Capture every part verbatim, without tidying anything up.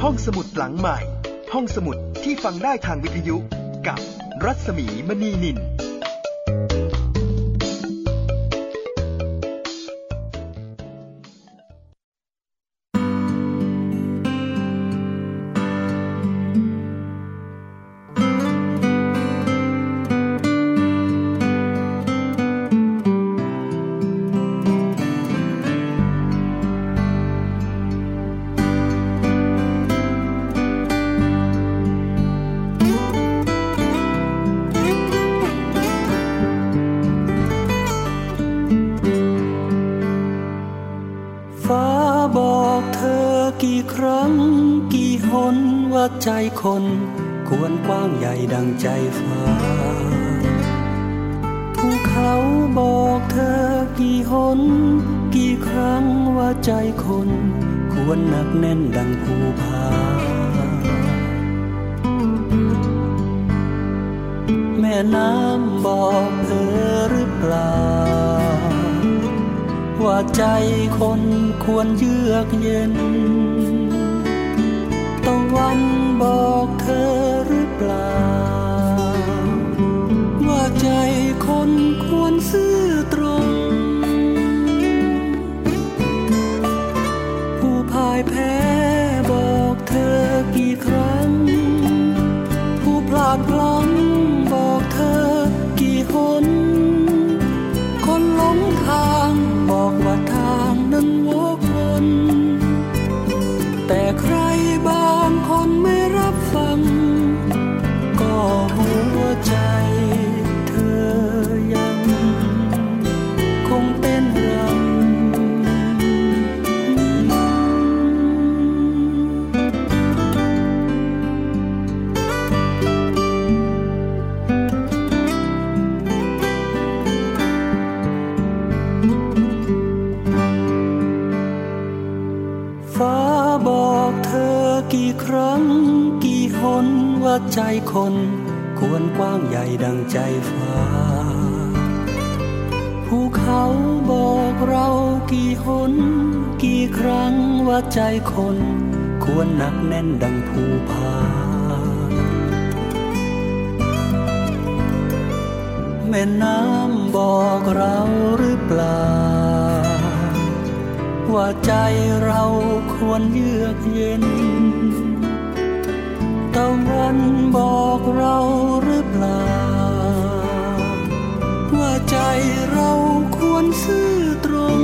ห้องสมุดหลังใหม่ห้องสมุดที่ฟังได้ทางวิทยุกับรัศมีมณีนินใจคนควรกว้างใหญ่ดังใจฟ้าภูเขาบอกเธอกี่หนกี่ครั้งว่าใจคนควรหนักแน่นดังภูผาแม่น้ำบอกเธอหรือเปล่าว่าใจคนควรเยือกเย็นตะวันบอกเธอหรือเปล่าว่าใจคนควรซื่อตรงผู้พ่ายแพ้บอกเธอกี่ครั้งผู้พลาดพลั้งบอกเธอกี่หนคนหลงทางบอกว่าทางนั้นวกวนแต่ใครบางคนไม่รับฟังก็หัวใจเธอยังคงเต้นรำฟ้าบอกเธอกี่ครั้งกี่หนว่าใจคนควรกว้างใหญ่ดังใจฟ้าภูเขาบอกเรากี่หนกี่ครั้งว่าใจคนควรหนักแน่นดังภูผาแม่น้ำบอกเราหรือเปล่าว่าใจเราควรเยือกเย็นตะวันบอกเราหรือเปล่าว่าใจเราควรซื่อตรง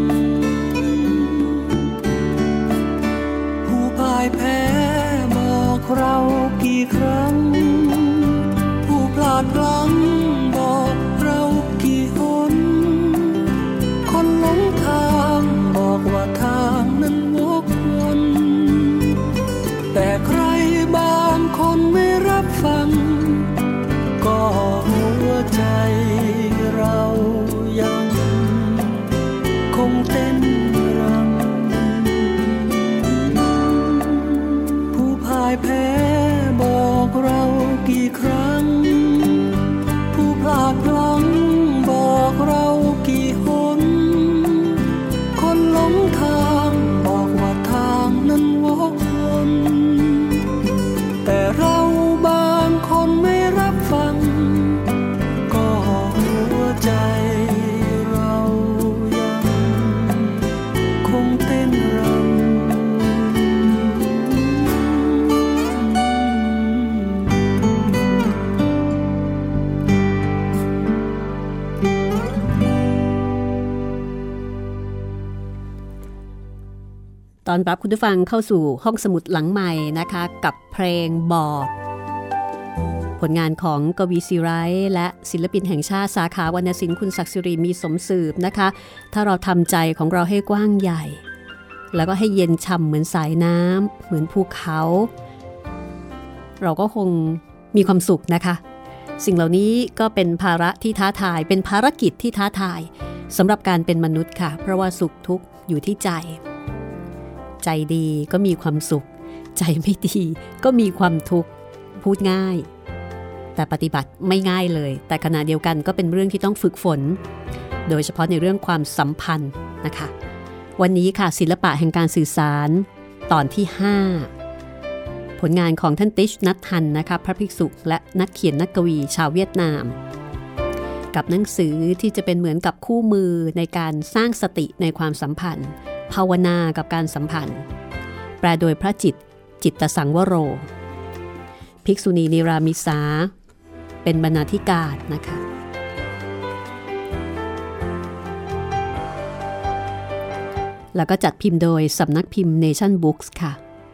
ผู้พ่ายแพ้บอกเรากี่ครั้งผู้พลาดพลั้งบอกเรากี่หนคนหลงทางบอกว่าทางนั้นวกวนแต่ใครบางคนไม่รับฟังก็หัวใจเรายังคงเต้นรำผู้พ่ายแพ้บอกเรากี่ครั้งผู้พลาดพลั้งบอกเรากี่หนคนหลงทางบอกว่าทางนั้นวกวนแต่เราบางคนไม่รับฟังก็หัวใจเรายังคงเต้นรำตอนรับคุณผู้ฟังเข้าสู่ห้องสมุดหลังใหม่นะคะกับเพลงบอกผลงานของกวีศิไรต์และศิลปินแห่งชาติสาขาวรรณศิลป์คุณศักดิ์สิริมีสมสืบนะคะถ้าเราทำใจของเราให้กว้างใหญ่แล้วก็ให้เย็นฉ่ำเหมือนสายน้ำเหมือนภูเขาเราก็คงมีความสุขนะคะสิ่งเหล่านี้ก็เป็นภาระที่ท้าทายเป็นภารกิจที่ท้าทายสำหรับการเป็นมนุษย์ค่ะเพราะว่าสุขทุกข์อยู่ที่ใจใจดีก็มีความสุขใจไม่ดีก็มีความทุกข์พูดง่ายแต่ปฏิบัติไม่ง่ายเลยแต่ขณะเดียวกันก็เป็นเรื่องที่ต้องฝึกฝนโดยเฉพาะในเรื่องความสัมพันธ์นะคะวันนี้ค่ะศิลปะแห่งการสื่อสารตอนที่ห้าผลงานของท่านติชนัทฮันนะคะพระภิกษุและนักเขียนนักกวีชาวเวียดนามกับหนังสือที่จะเป็นเหมือนกับคู่มือในการสร้างสติในความสัมพันธ์ภาวนากับการสัมพันธ์แปลโดยพระจิตจิตตสังวโรภิกษุณีนิรามิสาเป็นบรรณาธิการนะคะแล้วก็จัดพิมพ์โดยสำนักพิมพ์ Nation Books ค่ะ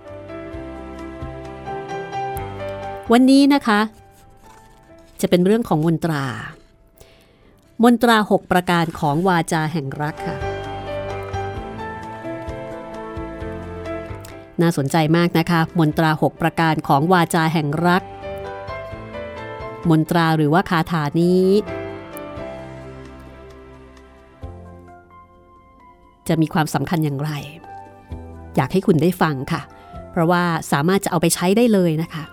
วันนี้นะคะจะเป็นเรื่องของมนตรามนตราหกประการของวาจาแห่งรักค่ะน่าสนใจมากนะคะมนตราหกประการของวาจาแห่งรักมนตราหรือว่าคาถานี้จะมีความสำคัญอย่างไรอยากให้คุณได้ฟังค่ะเพราะว่าสามารถจะเอาไปใช้ได้เลยนะคะ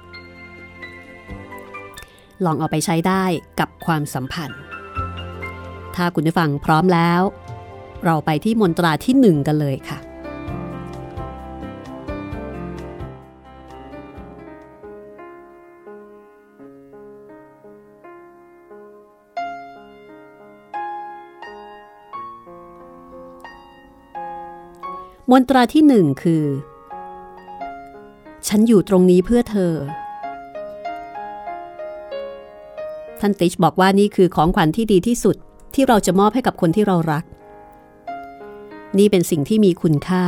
ลองเอาไปใช้ได้กับความสัมพันธ์ถ้าคุณได้ฟังพร้อมแล้วเราไปที่มนตราที่หนึ่งกันเลยค่ะมนตราที่หนึ่งคือฉันอยู่ตรงนี้เพื่อเธอท่านติชบอกว่านี่คือของขวัญที่ดีที่สุดที่เราจะมอบให้กับคนที่เรารักนี่เป็นสิ่งที่มีคุณค่า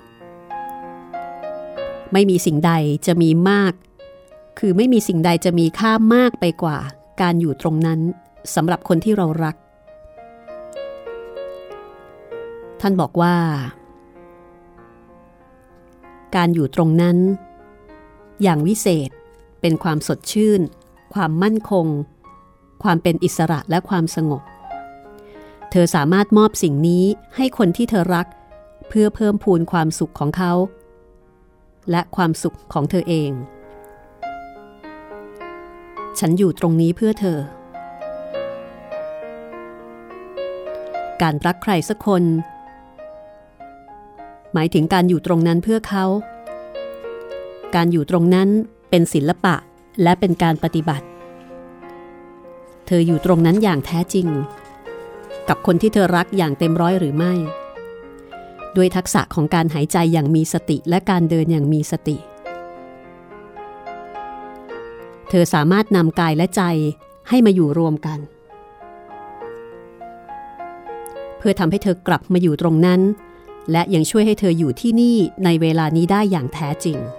ไม่มีสิ่งใดจะมีมากคือไม่มีสิ่งใดจะมีค่ามากไปกว่าการอยู่ตรงนั้นสำหรับคนที่เรารักท่านบอกว่าการอยู่ตรงนั้นอย่างวิเศษเป็นความสดชื่นความมั่นคงความเป็นอิสระและความสงบเธอสามารถมอบสิ่งนี้ให้คนที่เธอรักเพื่อเพิ่มพูนความสุขของเขาและความสุขของเธอเองฉันอยู่ตรงนี้เพื่อเธอการรักใครสักคนหมายถึงการอยู่ตรงนั้นเพื่อเขาการอยู่ตรงนั้นเป็นศิลปะและเป็นการปฏิบัติเธออยู่ตรงนั้นอย่างแท้จริงกับคนที่เธอรักอย่างเต็มร้อยหรือไม่ด้วยทักษะของการหายใจอย่างมีสติและการเดินอย่างมีสติเธอสามารถนำกายและใจให้มาอยู่รวมกันเพื่อทำให้เธอกลับมาอยู่ตรงนั้นและยังช่วยให้เธออยู่ที่นี่ในเวลานี้ได้อย่างแท้จริง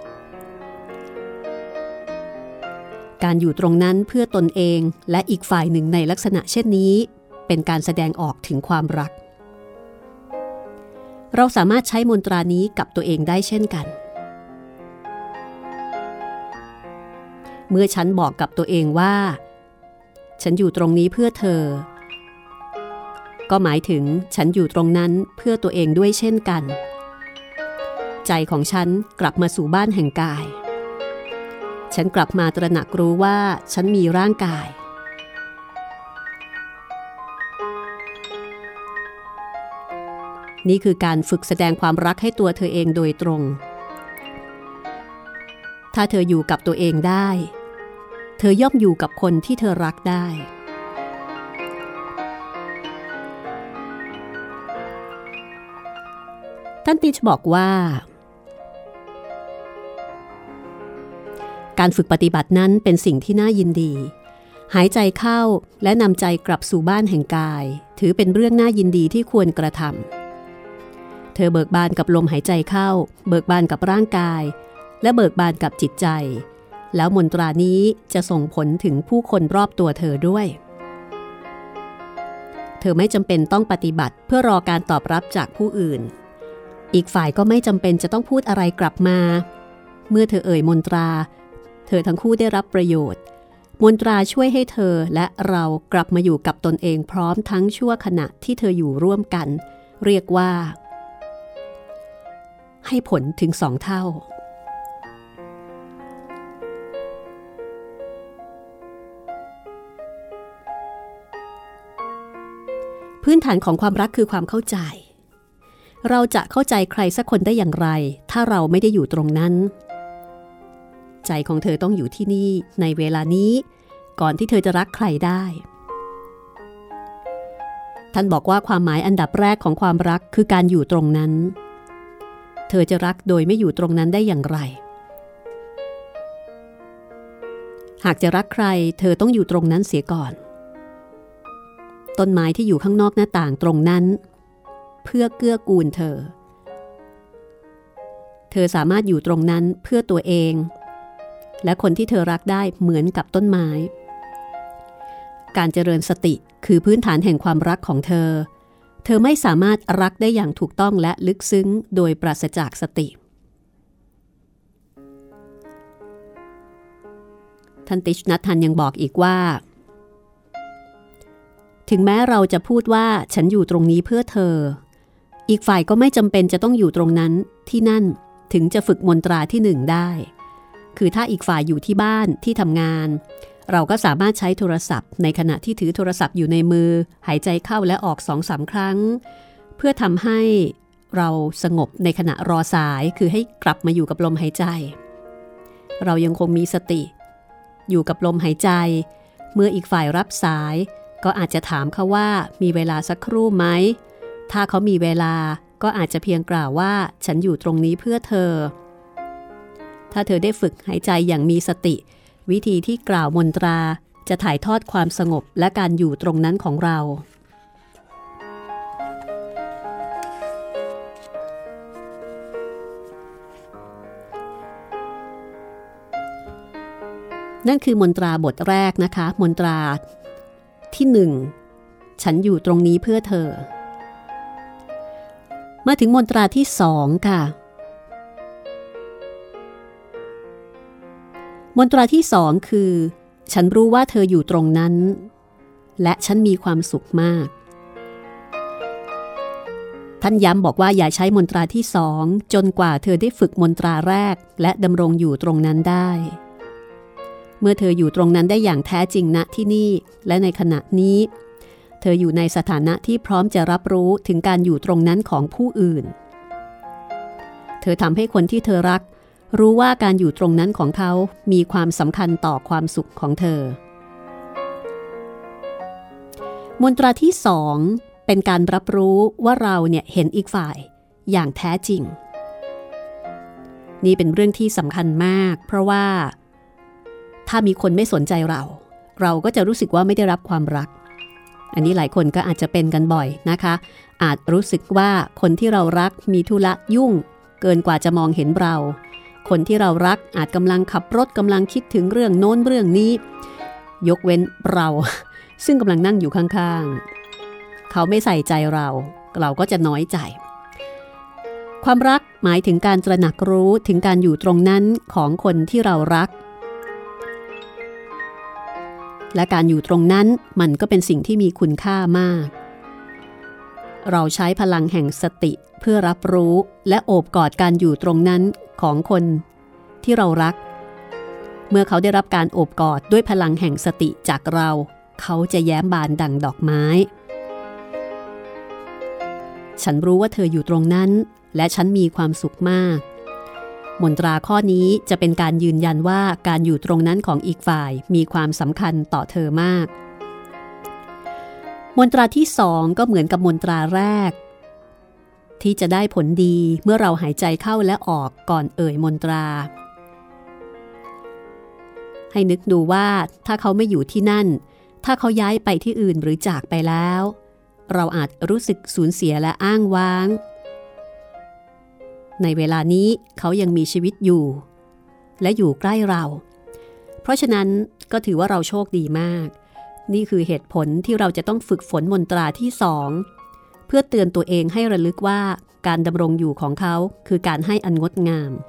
การอยู่ตรงนั้นเพื่อตนเองและอีกฝ่ายหนึ่งในลักษณะเช่นนี้เป็นการแสดงออกถึงความรักเราสามารถใช้มนตรานี้กับตัวเองได้เช่นกันเมื่อฉันบอกกับตัวเองว่าฉันอยู่ตรงนี้เพื่อเธอก็หมายถึงฉันอยู่ตรงนั้นเพื่อตัวเองด้วยเช่นกันใจของฉันกลับมาสู่บ้านแห่งกายฉันกลับมาตระหนักรู้ว่าฉันมีร่างกายนี่คือการฝึกแสดงความรักให้ตัวเธอเองโดยตรงถ้าเธออยู่กับตัวเองได้เธอย่อมอยู่กับคนที่เธอรักได้ท่านติชบอกว่าการฝึกปฏิบัตินั้นเป็นสิ่งที่น่ายินดีหายใจเข้าและนำใจกลับสู่บ้านแห่งกายถือเป็นเรื่องน่ายินดีที่ควรกระทำเธอเบิกบานกับลมหายใจเข้าเบิกบานกับร่างกายและเบิกบานกับจิตใจแล้วมนตรานี้จะส่งผลถึงผู้คนรอบตัวเธอด้วยเธอไม่จำเป็นต้องปฏิบัติเพื่อรอการตอบรับจากผู้อื่นอีกฝ่ายก็ไม่จำเป็นจะต้องพูดอะไรกลับมาเมื่อเธอเอ่ยมนตราเธอทั้งคู่ได้รับประโยชน์มนตราช่วยให้เธอและเรากลับมาอยู่กับตนเองพร้อมทั้งชั่วขณะที่เธออยู่ร่วมกันเรียกว่าให้ผลถึงสองเท่าพื้นฐานของความรักคือความเข้าใจเราจะเข้าใจใครสักคนได้อย่างไรถ้าเราไม่ได้อยู่ตรงนั้นใจของเธอต้องอยู่ที่นี่ในเวลานี้ก่อนที่เธอจะรักใครได้ท่านบอกว่าความหมายอันดับแรกของความรักคือการอยู่ตรงนั้นเธอจะรักโดยไม่อยู่ตรงนั้นได้อย่างไรหากจะรักใครเธอต้องอยู่ตรงนั้นเสียก่อนต้นไม้ที่อยู่ข้างนอกหน้าต่างตรงนั้นเพื่อเกื้อกูลเธอเธอสามารถอยู่ตรงนั้นเพื่อตัวเองและคนที่เธอรักได้เหมือนกับต้นไม้การเจริญสติคือพื้นฐานแห่งความรักของเธอเธอไม่สามารถรักได้อย่างถูกต้องและลึกซึ้งโดยปราศจากสติท่านติชนัททันยังบอกอีกว่าถึงแม้เราจะพูดว่าฉันอยู่ตรงนี้เพื่อเธออีกฝ่ายก็ไม่จำเป็นจะต้องอยู่ตรงนั้นที่นั่นถึงจะฝึกมนตราที่หนึ่งได้คือถ้าอีกฝ่ายอยู่ที่บ้านที่ทำงานเราก็สามารถใช้โทรศัพท์ในขณะที่ถือโทรศัพท์อยู่ในมือหายใจเข้าและออก สองสาม ครั้งเพื่อทำให้เราสงบในขณะรอสายคือให้กลับมาอยู่กับลมหายใจเรายังคงมีสติอยู่กับลมหายใจเมื่ออีกฝ่ายรับสายก็อาจจะถามเขาว่ามีเวลาสักครู่ไหมถ้าเขามีเวลาก็อาจจะเพียงกล่าวว่าฉันอยู่ตรงนี้เพื่อเธอถ้าเธอได้ฝึกหายใจอย่างมีสติวิธีที่กล่าวมนตราจะถ่ายทอดความสงบและการอยู่ตรงนั้นของเรานั่นคือมนตราบทแรกนะคะมนตราที่หนึ่งฉันอยู่ตรงนี้เพื่อเธอมาถึงมนตราที่สองค่ะมนตราที่สองคือฉันรู้ว่าเธออยู่ตรงนั้นและฉันมีความสุขมากท่านย้ำบอกว่าอย่าใช้มนตราที่สองจนกว่าเธอได้ฝึกมนตราแรกและดำรงอยู่ตรงนั้นได้เมื่อเธออยู่ตรงนั้นได้อย่างแท้จริงณที่นี่และในขณะนี้เธออยู่ในสถานะที่พร้อมจะรับรู้ถึงการอยู่ตรงนั้นของผู้อื่นเธอทำให้คนที่เธอรักรู้ว่าการอยู่ตรงนั้นของเขามีความสำคัญต่อความสุขของเธอมนตราที่สองเป็นการรับรู้ว่าเราเนี่ยเห็นอีกฝ่ายอย่างแท้จริงนี่เป็นเรื่องที่สำคัญมากเพราะว่าถ้ามีคนไม่สนใจเราเราก็จะรู้สึกว่าไม่ได้รับความรักอันนี้หลายคนก็อาจจะเป็นกันบ่อยนะคะอาจรู้สึกว่าคนที่เรารักมีธุระยุ่งเกินกว่าจะมองเห็นเราคนที่เรารักอาจกำลังขับรถกำลังคิดถึงเรื่องโน้นเรื่องนี้ยกเว้นเราซึ่งกำลังนั่งอยู่ข้างๆเขาไม่ใส่ใจเราเราก็จะน้อยใจความรักหมายถึงการตระหนักรู้ถึงการอยู่ตรงนั้นของคนที่เรารักและการอยู่ตรงนั้นมันก็เป็นสิ่งที่มีคุณค่ามากเราใช้พลังแห่งสติเพื่อรับรู้และโอบกอดการอยู่ตรงนั้นของคนที่เรารักเมื่อเขาได้รับการโอบกอดด้วยพลังแห่งสติจากเราเขาจะแย้มบานดั่งดอกไม้ฉันรู้ว่าเธออยู่ตรงนั้นและฉันมีความสุขมากมนตราข้อนี้จะเป็นการยืนยันว่าการอยู่ตรงนั้นของอีกฝ่ายมีความสำคัญต่อเธอมากมนตราที่สองก็เหมือนกับมนตราแรกที่จะได้ผลดีเมื่อเราหายใจเข้าและออกก่อนเอ่ยมนตราให้นึกดูว่าถ้าเขาไม่อยู่ที่นั่นถ้าเขาย้ายไปที่อื่นหรือจากไปแล้วเราอาจรู้สึกสูญเสียและอ้างว้างในเวลานี้เขายังมีชีวิตอยู่และอยู่ใกล้เราเพราะฉะนั้นก็ถือว่าเราโชคดีมากนี่คือเหตุผลที่เราจะต้องฝึกฝนมนตราที่สองเพื่อเตือนตัวเองให้ระลึกว่าการดำรงอยู่ของเขาคือการให้อันงดงาม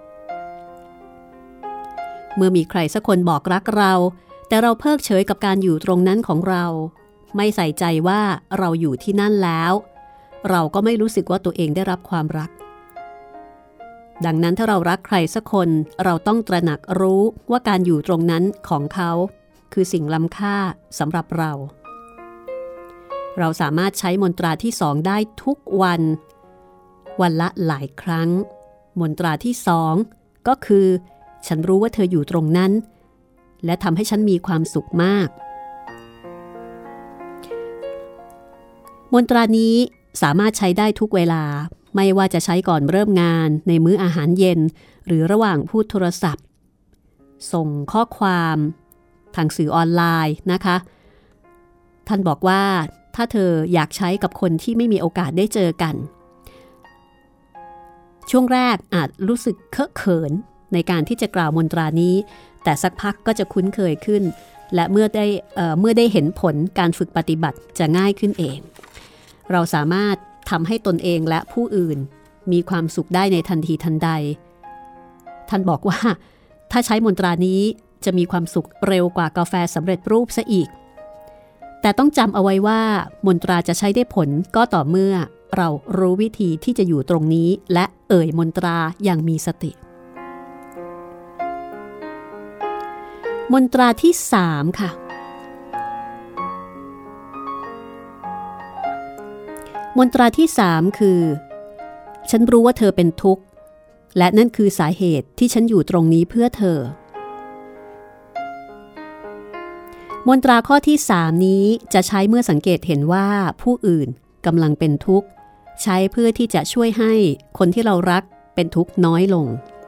เมื่อมีใครสักคนบอกรักเราแต่เราเพิกเฉยกับการอยู่ตรงนั้นของเราไม่ใส่ใจว่าเราอยู่ที่นั่นแล้วเราก็ไม่รู้สึกว่าตัวเองได้รับความรักดังนั้นถ้าเรารักใครสักคนเราต้องตระหนักรู้ว่าการอยู่ตรงนั้นของเขาคือสิ่งล้ำค่าสำหรับเราเราสามารถใช้มนตราที่สองได้ทุกวันวันละหลายครั้งมนตราที่สองก็คือฉันรู้ว่าเธออยู่ตรงนั้นและทำให้ฉันมีความสุขมากมนตรานี้สามารถใช้ได้ทุกเวลาไม่ว่าจะใช้ก่อนเริ่มงานในมื้ออาหารเย็นหรือระหว่างพูดโทรศัพท์ส่งข้อความทางสื่อออนไลน์นะคะท่านบอกว่าถ้าเธออยากใช้กับคนที่ไม่มีโอกาสได้เจอกันช่วงแรกอาจรู้สึกเคอะเขินในการที่จะกล่าวมนตรานี้แต่สักพักก็จะคุ้นเคยขึ้นและเมื่อได้เอ่อเมื่อได้เห็นผลการฝึกปฏิบัติจะง่ายขึ้นเองเราสามารถทำให้ตนเองและผู้อื่นมีความสุขได้ในทันทีทันใดท่านบอกว่าถ้าใช้มนตรานี้จะมีความสุขเร็วกว่ากาแฟสำเร็จรูปซะอีกแต่ต้องจำเอาไว้ว่ามนตราจะใช้ได้ผลก็ต่อเมื่อเรารู้วิธีที่จะอยู่ตรงนี้และเอ่ยมนตราอย่างมีสติมนตราที่สามค่ะมนตราที่สามคือฉันรู้ว่าเธอเป็นทุกข์และนั่นคือสาเหตุที่ฉันอยู่ตรงนี้เพื่อเธอมนตราข้อที่สามนี้จะใช้เมื่อสังเกตเห็นว่าผู้อื่นกำลังเป็นทุกข์ใช้เพื่อที่จะช่วยให้คนที่เรารักเป็นทุกข์น้อยลง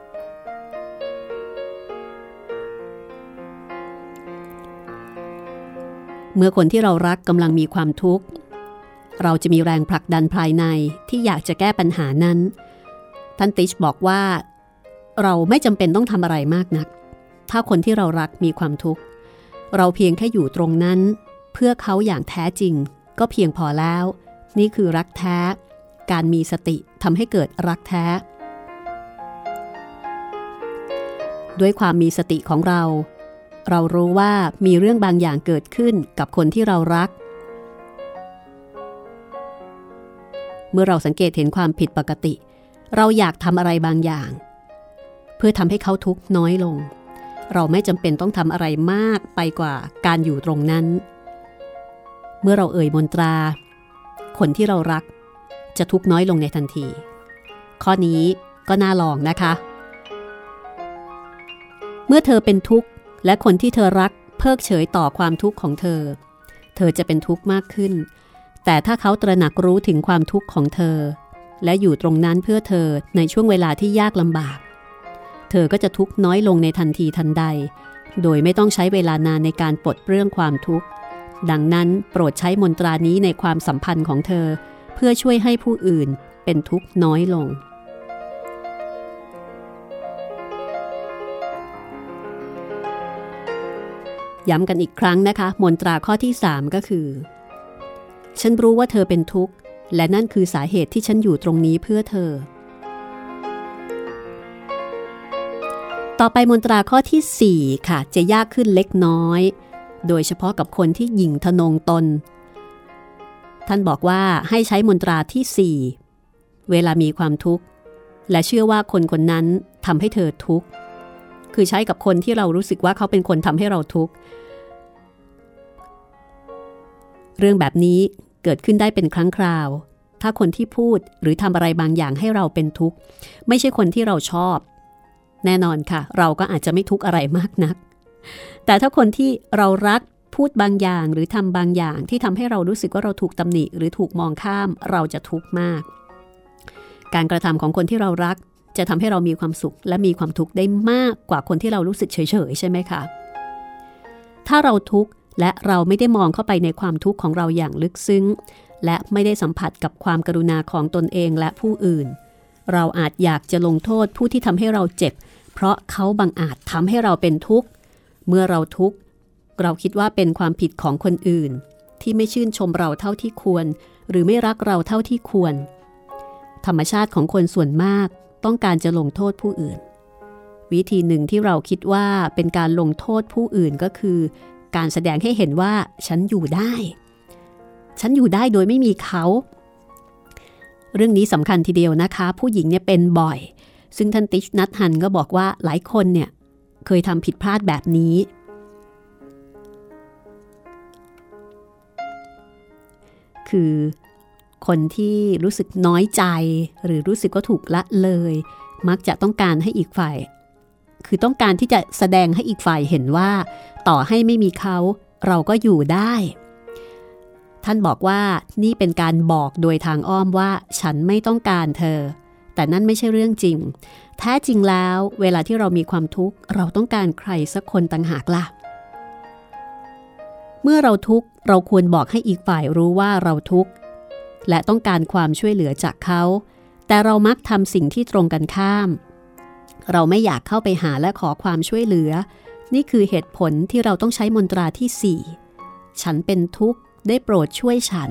เมื่อคนที่เรารักกำลังมีความทุกข์เราจะมีแรงผลักดันภายในที่อยากจะแก้ปัญหานั้นท่านติชบอกว่าเราไม่จำเป็นต้องทำอะไรมากนักถ้าคนที่เรารักมีความทุกข์เราเพียงแค่อยู่ตรงนั้นเพื่อเขาอย่างแท้จริงก็เพียงพอแล้วนี่คือรักแท้การมีสติทำให้เกิดรักแท้ด้วยความมีสติของเราเรารู้ว่ามีเรื่องบางอย่างเกิดขึ้นกับคนที่เรารักเมื่อเราสังเกตเห็นความผิดปกติเราอยากทำอะไรบางอย่างเพื่อทำให้เขาทุกข์น้อยลงเราไม่จำเป็นต้องทำอะไรมากไปกว่าการอยู่ตรงนั้นเมื่อเราเอ่ยมนตราคนที่เรารักจะทุกข์น้อยลงในทันทีข้อนี้ก็น่าลองนะคะเมื่อเธอเป็นทุกข์และคนที่เธอรักเพิกเฉยต่อความทุกข์ของเธอเธอจะเป็นทุกข์มากขึ้นแต่ถ้าเขาตระหนักรู้ถึงความทุกข์ของเธอและอยู่ตรงนั้นเพื่อเธอในช่วงเวลาที่ยากลำบากเธอก็จะทุกข์น้อยลงในทันทีทันใดโดยไม่ต้องใช้เวลานานในการปลดเปลื้องความทุกข์ดังนั้นโปรดใช้มนตรานี้ในความสัมพันธ์ของเธอเพื่อช่วยให้ผู้อื่นเป็นทุกข์น้อยลงย้ำกันอีกครั้งนะคะมนตราข้อที่สามก็คือฉันรู้ว่าเธอเป็นทุกข์และนั่นคือสาเหตุที่ฉันอยู่ตรงนี้เพื่อเธอต่อไปมนตราข้อที่สี่ค่ะจะยากขึ้นเล็กน้อยโดยเฉพาะกับคนที่หยิ่งทะนงตนท่านบอกว่าให้ใช้มนตราที่สี่เวลามีความทุกข์และเชื่อว่าคนคนนั้นทำให้เธอทุกข์คือใช้กับคนที่เรารู้สึกว่าเขาเป็นคนทำให้เราทุกข์เรื่องแบบนี้เกิดขึ้นได้เป็นครั้งคราวถ้าคนที่พูดหรือทำอะไรบางอย่างให้เราเป็นทุกข์ไม่ใช่คนที่เราชอบแน่นอนค่ะเราก็อาจจะไม่ทุกข์อะไรมากนักแต่ถ้าคนที่เรารักพูดบางอย่างหรือทำบางอย่างที่ทำให้เรารู้สึกว่าเราถูกตำหนิหรือถูกมองข้ามเราจะทุกข์มากการกระทำของคนที่เรารักจะทำให้เรามีความสุขและมีความทุกข์ได้มากกว่าคนที่เรารู้สึกเฉยๆใช่ไหมคะถ้าเราทุกข์และเราไม่ได้มองเข้าไปในความทุกข์ของเราอย่างลึกซึ้งและไม่ได้สัมผัสกับความกรุณาของตนเองและผู้อื่นเราอาจอยากจะลงโทษผู้ที่ทำให้เราเจ็บเพราะเขาบังอาจทำให้เราเป็นทุกข์เมื่อเราทุกข์เราคิดว่าเป็นความผิดของคนอื่นที่ไม่ชื่นชมเราเท่าที่ควรหรือไม่รักเราเท่าที่ควรธรรมชาติของคนส่วนมากต้องการจะลงโทษผู้อื่นวิธีหนึ่งที่เราคิดว่าเป็นการลงโทษผู้อื่นก็คือการแสดงให้เห็นว่าฉันอยู่ได้ฉันอยู่ได้โดยไม่มีเขาเรื่องนี้สำคัญทีเดียวนะคะผู้หญิงเนี่ยเป็นบ่อยซึ่งท่านติชนัทฮันก็บอกว่าหลายคนเนี่ยเคยทำผิดพลาดแบบนี้คือคนที่รู้สึกน้อยใจหรือรู้สึกว่าถูกละเลยมักจะต้องการให้อีกฝ่ายคือต้องการที่จะแสดงให้อีกฝ่ายเห็นว่าต่อให้ไม่มีเขาเราก็อยู่ได้ท่านบอกว่านี่เป็นการบอกโดยทางอ้อมว่าฉันไม่ต้องการเธอแต่นั่นไม่ใช่เรื่องจริงแท้จริงแล้วเวลาที่เรามีความทุกข์เราต้องการใครสักคนต่างหากล่ะเมื่อเราทุกข์เราควรบอกให้อีกฝ่ายรู้ว่าเราทุกข์และต้องการความช่วยเหลือจากเขาแต่เรามักทำสิ่งที่ตรงกันข้ามเราไม่อยากเข้าไปหาและขอความช่วยเหลือนี่คือเหตุผลที่เราต้องใช้มนตราที่สี่ฉันเป็นทุกข์ได้โปรดช่วยฉัน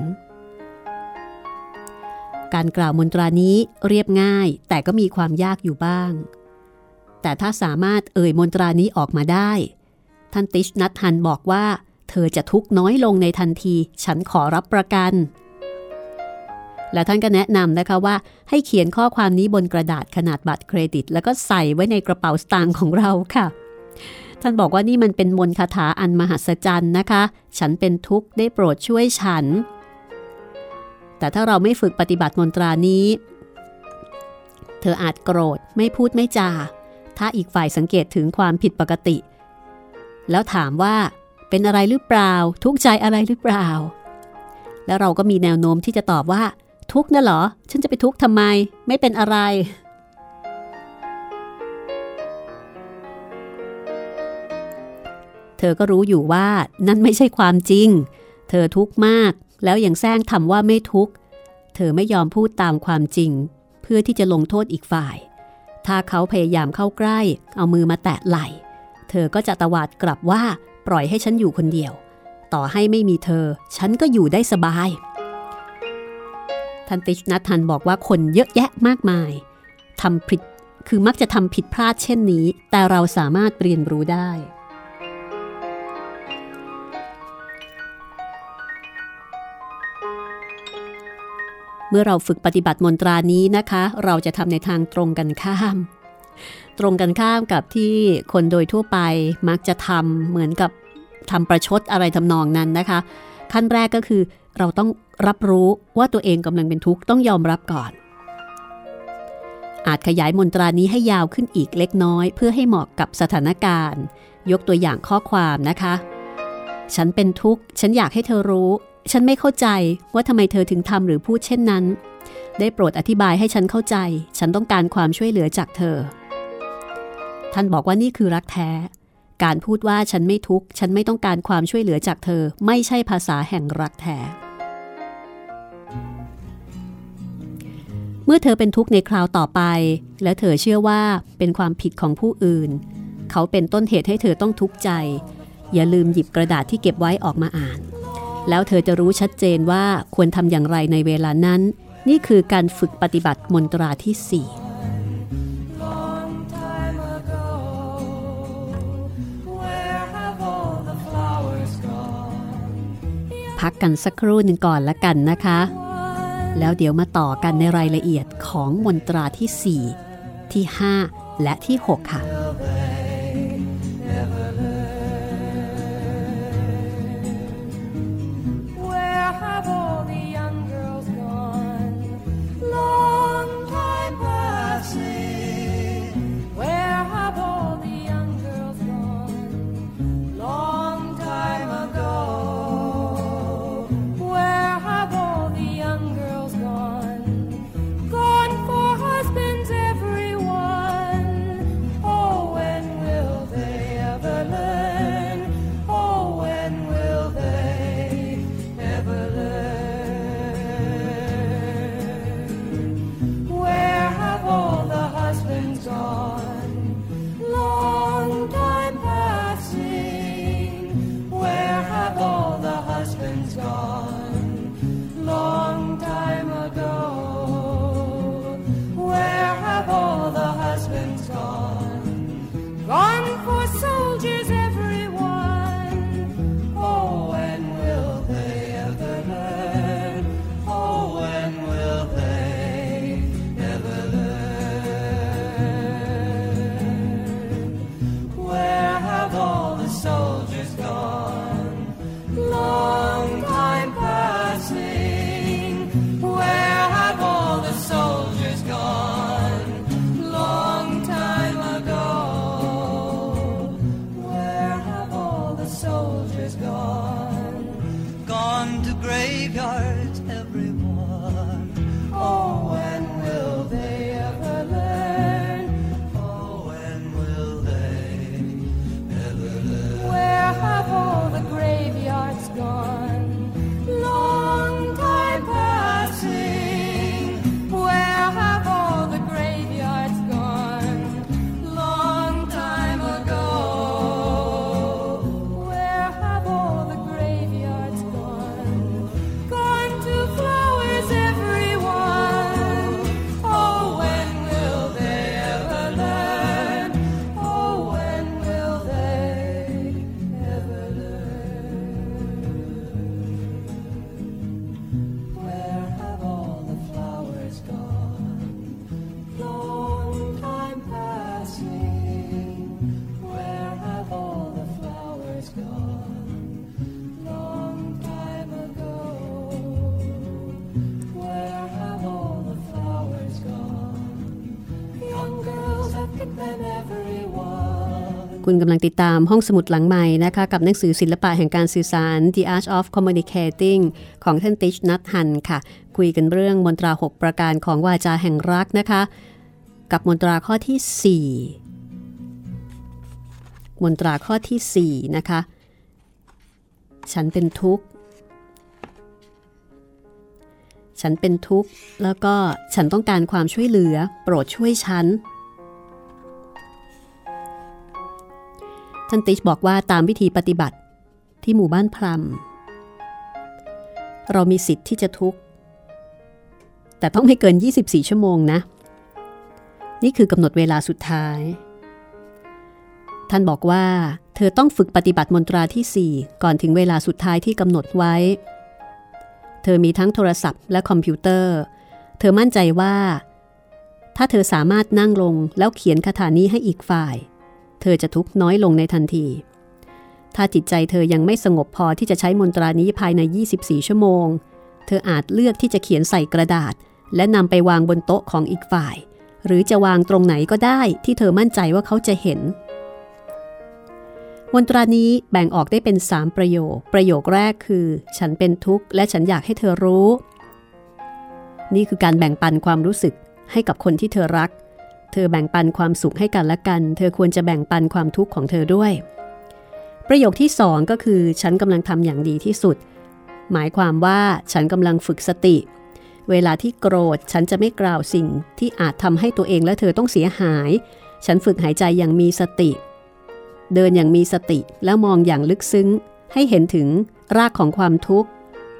การกล่าวมนตรานี้เรียบง่ายแต่ก็มีความยากอยู่บ้างแต่ถ้าสามารถเอ่ยมนตรานี้ออกมาได้ท่านติชนัทฮันบอกว่าเธอจะทุกข์น้อยลงในทันทีฉันขอรับประกันและท่านก็แนะนำนะคะว่าให้เขียนข้อความนี้บนกระดาษขนาดบัตรเครดิตแล้วก็ใส่ไว้ในกระเป๋าสตางค์ของเราค่ะท่านบอกว่านี่มันเป็นมนต์คาถาอันมหัศจรรย์นะคะฉันเป็นทุกข์ได้โปรดช่วยฉันแต่ถ้าเราไม่ฝึกปฏิบัติมนตรานี้เธออาจโกรธไม่พูดไม่จาถ้าอีกฝ่ายสังเกตถึงความผิดปกติแล้วถามว่าเป็นอะไรหรือเปล่าทุกข์ใจอะไรหรือเปล่าแล้วเราก็มีแนวโน้มที่จะตอบว่าทุกข์น่ะเหรอฉันจะไปทุกข์ทำไมไม่เป็นอะไรเธอก็รู้อยู่ว่านั่นไม่ใช่ความจริงเธอทุกข์มากแล้วยังแซงทำว่าไม่ทุกข์เธอไม่ยอมพูดตามความจริงเพื่อที่จะลงโทษอีกฝ่ายถ้าเขาพยายามเข้าใกล้เอามือมาแตะไหล่เธอก็จะตวาดกลับว่าปล่อยให้ฉันอยู่คนเดียวต่อให้ไม่มีเธอฉันก็อยู่ได้สบายท่านติชนัทฮันบอกว่าคนเยอะแยะมากมายทำผิดคือมักจะทำผิดพลาดเช่นนี้แต่เราสามารถเรียนรู้ได้เมื่อเราฝึกปฏิบัติมนตรานี้นะคะเราจะทำในทางตรงกันข้ามตรงกันข้ามกับที่คนโดยทั่วไปมักจะทำเหมือนกับทำประชดอะไรทำนองนั้นนะคะขั้นแรกก็คือเราต้องรับรู้ว่าตัวเองกำลังเป็นทุกข์ต้องยอมรับก่อนอาจขยายมนตรานี้ให้ยาวขึ้นอีกเล็กน้อยเพื่อให้เหมาะกับสถานการณ์ยกตัวอย่างข้อความนะคะฉันเป็นทุกข์ฉันอยากให้เธอรู้ฉันไม่เข้าใจว่าทำไมเธอถึงทำหรือพูดเช่นนั้นได้โปรดอธิบายให้ฉันเข้าใจฉันต้องการความช่วยเหลือจากเธอท่านบอกว่านี่คือรักแท้การพูดว่าฉันไม่ทุกข์ฉันไม่ต้องการความช่วยเหลือจากเธอไม่ใช่ภาษาแห่งรักแท้เมื่อเธอเป็นทุกข์ในคราวต่อไปและเธอเชื่อว่าเป็นความผิดของผู้อื่นเขาเป็นต้นเหตุให้เธอต้องทุกข์ใจอย่าลืมหยิบกระดาษที่เก็บไว้ออกมาอ่านแล้วเธอจะรู้ชัดเจนว่าควรทำอย่างไรในเวลานั้นนี่คือการฝึกปฏิบัติมนตราที่สี่พักกันสักครู่หนึ่งก่อนละกันนะคะแล้วเดี๋ยวมาต่อกันในรายละเอียดของมนตราที่สี่ที่ห้าและที่หกค่ะ Everyone, oh, when will they ever learn? คุณกำลังติดตามห้องสมุดหลังใหม่นะคะกับหนังสือศิลปะแห่งการสื่อสาร The Art of Communicating ของท่านติช นัทฮันค่ะคุยกันเรื่องมนตราหกประการของวาจาแห่งรักนะคะกับมนตราข้อที่สี่มนตราข้อที่สี่นะคะฉันเป็นทุกข์ฉันเป็นทุกข์แล้วก็ฉันต้องการความช่วยเหลือโปรดช่วยฉันท่านติชบอกว่าตามวิธีปฏิบัติที่หมู่บ้านพลัมเรามีสิทธิ์ที่จะทุกข์แต่ต้องไม่เกินยี่สิบสี่ชั่วโมงนะนี่คือกำหนดเวลาสุดท้ายท่านบอกว่าเธอต้องฝึกปฏิบัติมนตราที่สี่ก่อนถึงเวลาสุดท้ายที่กำหนดไว้เธอมีทั้งโทรศัพท์และคอมพิวเตอร์เธอมั่นใจว่าถ้าเธอสามารถนั่งลงแล้วเขียนคาถานี้ให้อีกฝ่ายเธอจะทุกข์น้อยลงในทันทีถ้าจิตใจเธอยังไม่สงบพอที่จะใช้มนตรานี้ภายในยี่สิบสี่ชั่วโมงเธออาจเลือกที่จะเขียนใส่กระดาษและนำไปวางบนโต๊ะของอีกฝ่ายหรือจะวางตรงไหนก็ได้ที่เธอมั่นใจว่าเขาจะเห็นมนตรานี้แบ่งออกได้เป็นสามประโยคประโยคแรกคือฉันเป็นทุกข์และฉันอยากให้เธอรู้นี่คือการแบ่งปันความรู้สึกให้กับคนที่เธอรักเธอแบ่งปันความสุขให้กันและกันเธอควรจะแบ่งปันความทุกข์ของเธอด้วยประโยคที่สองก็คือฉันกำลังทำอย่างดีที่สุดหมายความว่าฉันกำลังฝึกสติเวลาที่โกรธฉันจะไม่กล่าวสิ่งที่อาจทำให้ตัวเองและเธอต้องเสียหายฉันฝึกหายใจอย่างมีสติเดินอย่างมีสติแล้วมองอย่างลึกซึ้งให้เห็นถึงรากของความทุกข์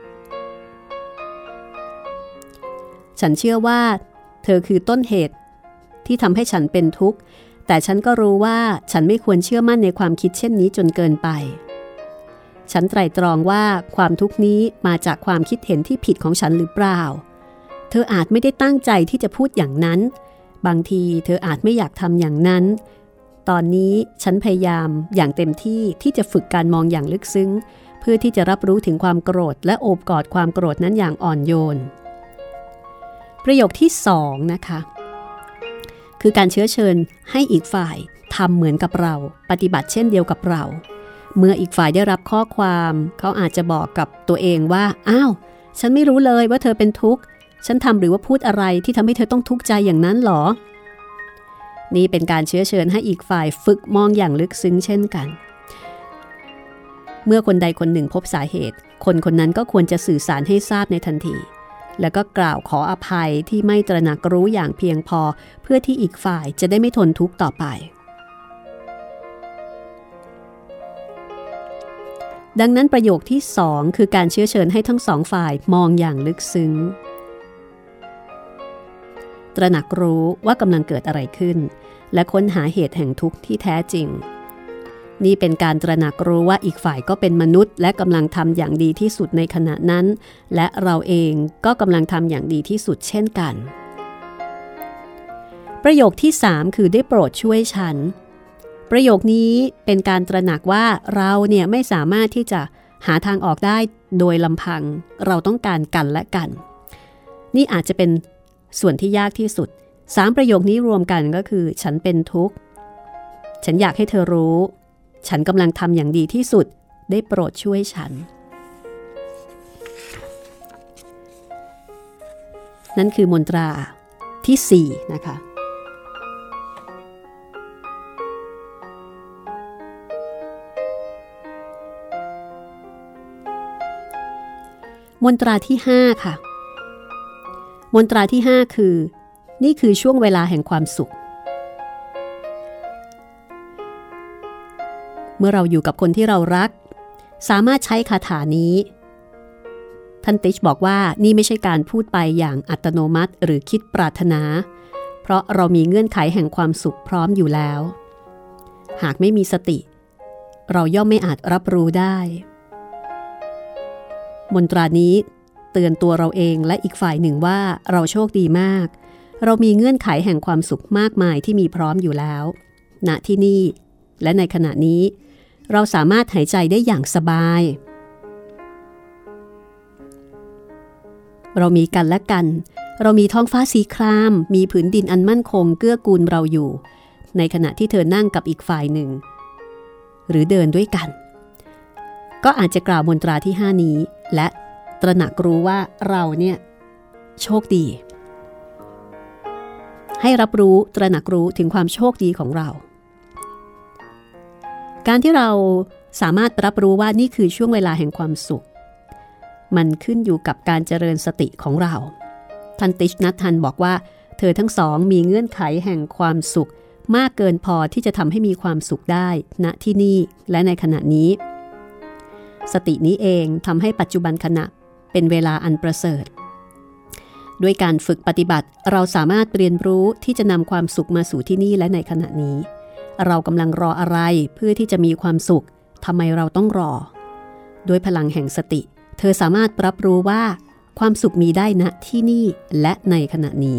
ฉันเชื่อว่าเธอคือต้นเหตุที่ทำให้ฉันเป็นทุกข์แต่ฉันก็รู้ว่าฉันไม่ควรเชื่อมั่นในความคิดเช่นนี้จนเกินไปฉันไตร่ตรองว่าความทุกข์นี้มาจากความคิดเห็นที่ผิดของฉันหรือเปล่าเธออาจไม่ได้ตั้งใจที่จะพูดอย่างนั้นบางทีเธออาจไม่อยากทำอย่างนั้นตอนนี้ฉันพยายามอย่างเต็มที่ที่จะฝึกการมองอย่างลึกซึ้งเพื่อที่จะรับรู้ถึงความโกรธและโอบกอดความโกรธนั้นอย่างอ่อนโยนประโยคที่สองนะคะคือการเชื้อเชิญให้อีกฝ่ายทำเหมือนกับเราปฏิบัติเช่นเดียวกับเราเมื่ออีกฝ่ายได้รับข้อความเขาอาจจะบอกกับตัวเองว่าอ้าวฉันไม่รู้เลยว่าเธอเป็นทุกข์ฉันทำหรือว่าพูดอะไรที่ทำให้เธอต้องทุกข์ใจอย่างนั้นหรอนี่เป็นการเชื้อเชิญให้อีกฝ่ายฝึกมองอย่างลึกซึ้งเช่นกันเมื่อคนใดคนหนึ่งพบสาเหตุคนคนนั้นก็ควรจะสื่อสารให้ทราบในทันทีแล้วก็กล่าวขออภัยที่ไม่ตระหนักรู้อย่างเพียงพอเพื่อที่อีกฝ่ายจะได้ไม่ทนทุกข์ต่อไปดังนั้นประโยคที่สองคือการเชื้อเชิญให้ทั้งสองฝ่ายมองอย่างลึกซึ้งตระหนักรู้ว่ากำลังเกิดอะไรขึ้นและค้นหาเหตุแห่งทุกข์ที่แท้จริงนี่เป็นการตระหนักรู้ว่าอีกฝ่ายก็เป็นมนุษย์และกำลังทำอย่างดีที่สุดในขณะนั้นและเราเองก็กำลังทำอย่างดีที่สุดเช่นกันประโยคที่สามคือได้โปรดช่วยฉันประโยคนี้เป็นการตระหนักว่าเราเนี่ยไม่สามารถที่จะหาทางออกได้โดยลำพังเราต้องการกันและกันนี่อาจจะเป็นส่วนที่ยากที่สุดสามประโยคนี้รวมกันก็คือฉันเป็นทุกข์ฉันอยากให้เธอรู้ฉันกำลังทำอย่างดีที่สุดได้โปรดช่วยฉันนั่นคือมนตราที่สี่นะคะมนตราที่ห้าค่ะมนตราที่ห้าคือนี่คือช่วงเวลาแห่งความสุขเมื่อเราอยู่กับคนที่เรารักสามารถใช้คาถานี้ท่านติชบอกว่านี่ไม่ใช่การพูดไปอย่างอัตโนมัติหรือคิดปรารถนาเพราะเรามีเงื่อนไขแห่งความสุขพร้อมอยู่แล้วหากไม่มีสติเราย่อมไม่อาจรับรู้ได้มนตรานี้เตือนตัวเราเองและอีกฝ่ายหนึ่งว่าเราโชคดีมากเรามีเงื่อนไขแห่งความสุขมากมายที่มีพร้อมอยู่แล้วณที่นี่และในขณะนี้เราสามารถหายใจได้อย่างสบายเรามีกันและกันเรามีท้องฟ้าสีครามมีผืนดินอันมั่นคงเกื้อกูลเราอยู่ในขณะที่เธอนั่งกับอีกฝ่ายหนึ่งหรือเดินด้วยกันก็อาจจะกล่าวมนตราที่ห้านี้และตระหนักรู้ว่าเราเนี่ยโชคดีให้รับรู้ตระหนักรู้ถึงความโชคดีของเราการที่เราสามารถรับรู้ว่านี่คือช่วงเวลาแห่งความสุขมันขึ้นอยู่กับการเจริญสติของเราท่านติชนัททันบอกว่าเธอทั้งสองมีเงื่อนไขแห่งความสุขมากเกินพอที่จะทำให้มีความสุขได้ณที่นี่และในขณะนี้สตินี้เองทำให้ปัจจุบันขณะเป็นเวลาอันประเสริฐด้วยการฝึกปฏิบัติเราสามารถเรียนรู้ที่จะนำความสุขมาสู่ที่นี่และในขณะนี้เรากำลังรออะไรเพื่อที่จะมีความสุขทำไมเราต้องรอด้วยพลังแห่งสติเธอสามารถรับรู้ว่าความสุขมีได้ณที่นี่และในขณะนี้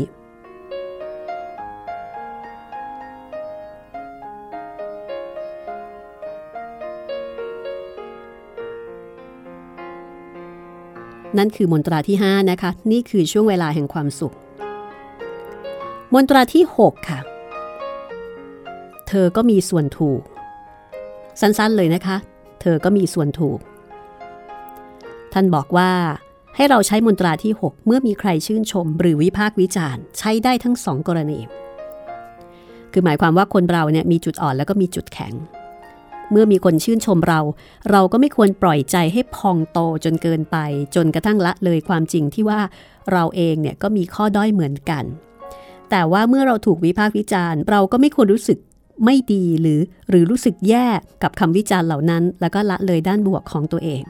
นั่นคือมนตราที่ห้านะคะนี่คือช่วงเวลาแห่งความสุขมนตราที่หกค่ะเธอก็มีส่วนถูกสั้นๆเลยนะคะเธอก็มีส่วนถูกท่านบอกว่าให้เราใช้มนตราที่หกเมื่อมีใครชื่นชมหรือวิพากษ์วิจารณ์ใช้ได้ทั้งสองกรณีคือหมายความว่าคนเราเนี่ยมีจุดอ่อนแล้วก็มีจุดแข็งเมื่อมีคนชื่นชมเราเราก็ไม่ควรปล่อยใจให้พองโตจนเกินไปจนกระทั่งละเลยความจริงที่ว่าเราเองเนี่ยก็มีข้อด้อยเหมือนกันแต่ว่าเมื่อเราถูกวิพากษ์วิจารณ์เราก็ไม่ควรรู้สึกไม่ดีหรือหรือรู้สึกแย่กับคำวิจารณ์เหล่านั้นแล้วก็ละเลยด้านบวกของตัวเอง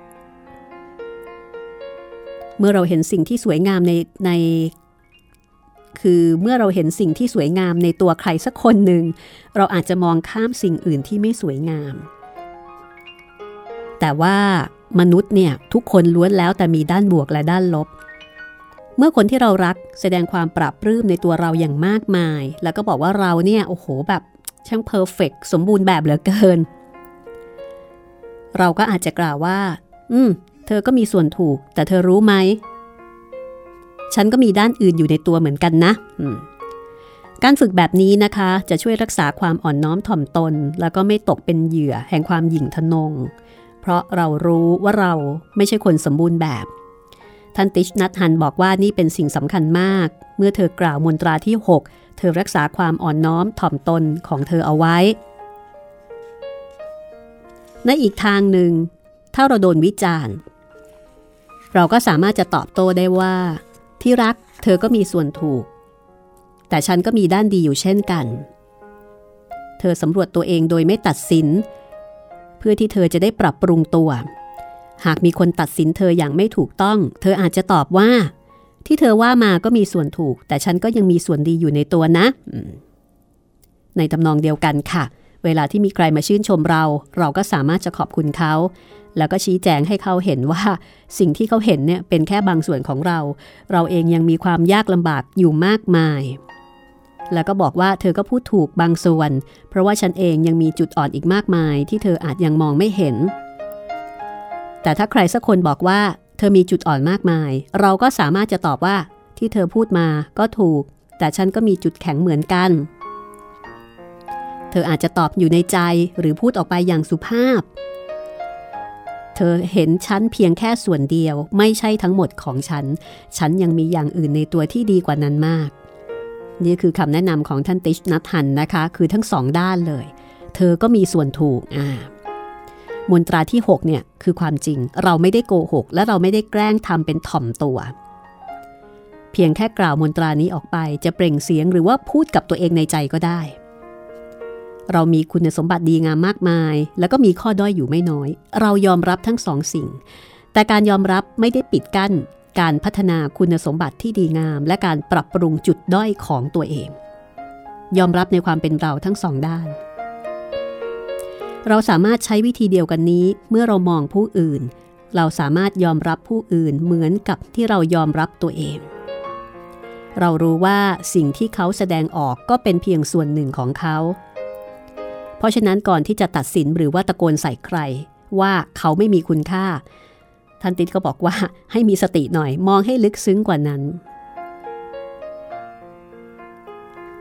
เมื่อเราเห็นสิ่งที่สวยงามในในคือเมื่อเราเห็นสิ่งที่สวยงามในตัวใครสักคนหนึ่งเราอาจจะมองข้ามสิ่งอื่นที่ไม่สวยงามแต่ว่ามนุษย์เนี่ยทุกคนล้วนแล้วแต่มีด้านบวกและด้านลบเมื่อคนที่เรารักแสดงความปราบปลื้มในตัวเราอย่างมากมายแล้วก็บอกว่าเราเนี่ยโอ้โหแบบช่างเพอร์เฟกต์สมบูรณ์แบบเหลือเกินเราก็อาจจะกล่าวว่าอืมเธอก็มีส่วนถูกแต่เธอรู้ไหมฉันก็มีด้านอื่นอยู่ในตัวเหมือนกันนะการฝึกแบบนี้นะคะจะช่วยรักษาความอ่อนน้อมถ่อมตนแล้วก็ไม่ตกเป็นเหยื่อแห่งความหยิ่งทะนงเพราะเรารู้ว่าเราไม่ใช่คนสมบูรณ์แบบท่านติชนัทฮันบอกว่านี่เป็นสิ่งสำคัญมากเมื่อเธอกล่าวมนตราที่หกเธอรักษาความอ่อนน้อมถ่อมตนของเธอเอาไว้ในอีกทางหนึ่งถ้าเราโดนวิจารณ์เราก็สามารถจะตอบโต้ได้ว่าที่รักเธอก็มีส่วนถูกแต่ฉันก็มีด้านดีอยู่เช่นกันเธอสำรวจตัวเองโดยไม่ตัดสินเพื่อที่เธอจะได้ปรับปรุงตัวหากมีคนตัดสินเธออย่างไม่ถูกต้องเธออาจจะตอบว่าที่เธอว่ามาก็มีส่วนถูกแต่ฉันก็ยังมีส่วนดีอยู่ในตัวนะในทำนองเดียวกันค่ะเวลาที่มีใครมาชื่นชมเราเราก็สามารถจะขอบคุณเขาแล้วก็ชี้แจงให้เขาเห็นว่าสิ่งที่เขาเห็นเนี่ยเป็นแค่บางส่วนของเราเราเองยังมีความยากลำบากอยู่มากมายแล้วก็บอกว่าเธอก็พูดถูกบางส่วนเพราะว่าฉันเองยังมีจุดอ่อนอีกมากมายที่เธออาจยังมองไม่เห็นแต่ถ้าใครสักคนบอกว่าเธอมีจุดอ่อนมากมายเราก็สามารถจะตอบว่าที่เธอพูดมาก็ถูกแต่ฉันก็มีจุดแข็งเหมือนกันเธออาจจะตอบอยู่ในใจหรือพูดออกไปอย่างสุภาพเธอเห็นฉันเพียงแค่ส่วนเดียวไม่ใช่ทั้งหมดของฉันฉันยังมีอย่างอื่นในตัวที่ดีกว่านั้นมากนี่คือคำแนะนำของท่านติชนัทฮันนะคะคือทั้งสองด้านเลยเธอก็มีส่วนถูกอ่ามนตราที่หกเนี่ยคือความจริงเราไม่ได้โกหกและเราไม่ได้แกล้งทำเป็นถ่อมตัวเพียงแค่กล่าวมนตรานี้ออกไปจะเปล่งเสียงหรือว่าพูดกับตัวเองในใจก็ได้เรามีคุณสมบัติดีงามมากมายแล้วก็มีข้อด้อยอยู่ไม่น้อยเรายอมรับทั้งสองสิ่งแต่การยอมรับไม่ได้ปิดกั้นการพัฒนาคุณสมบัติที่ดีงามและการปรับปรุงจุดด้อยของตัวเองยอมรับในความเป็นเราทั้งสองด้านเราสามารถใช้วิธีเดียวกันนี้เมื่อเรามองผู้อื่นเราสามารถยอมรับผู้อื่นเหมือนกับที่เรายอมรับตัวเองเรารู้ว่าสิ่งที่เขาแสดงออกก็เป็นเพียงส่วนหนึ่งของเขาเพราะฉะนั้นก่อนที่จะตัดสินหรือว่าตะโกนใส่ใครว่าเขาไม่มีคุณค่าท่านติดก็บอกว่าให้มีสติหน่อยมองให้ลึกซึ้งกว่านั้น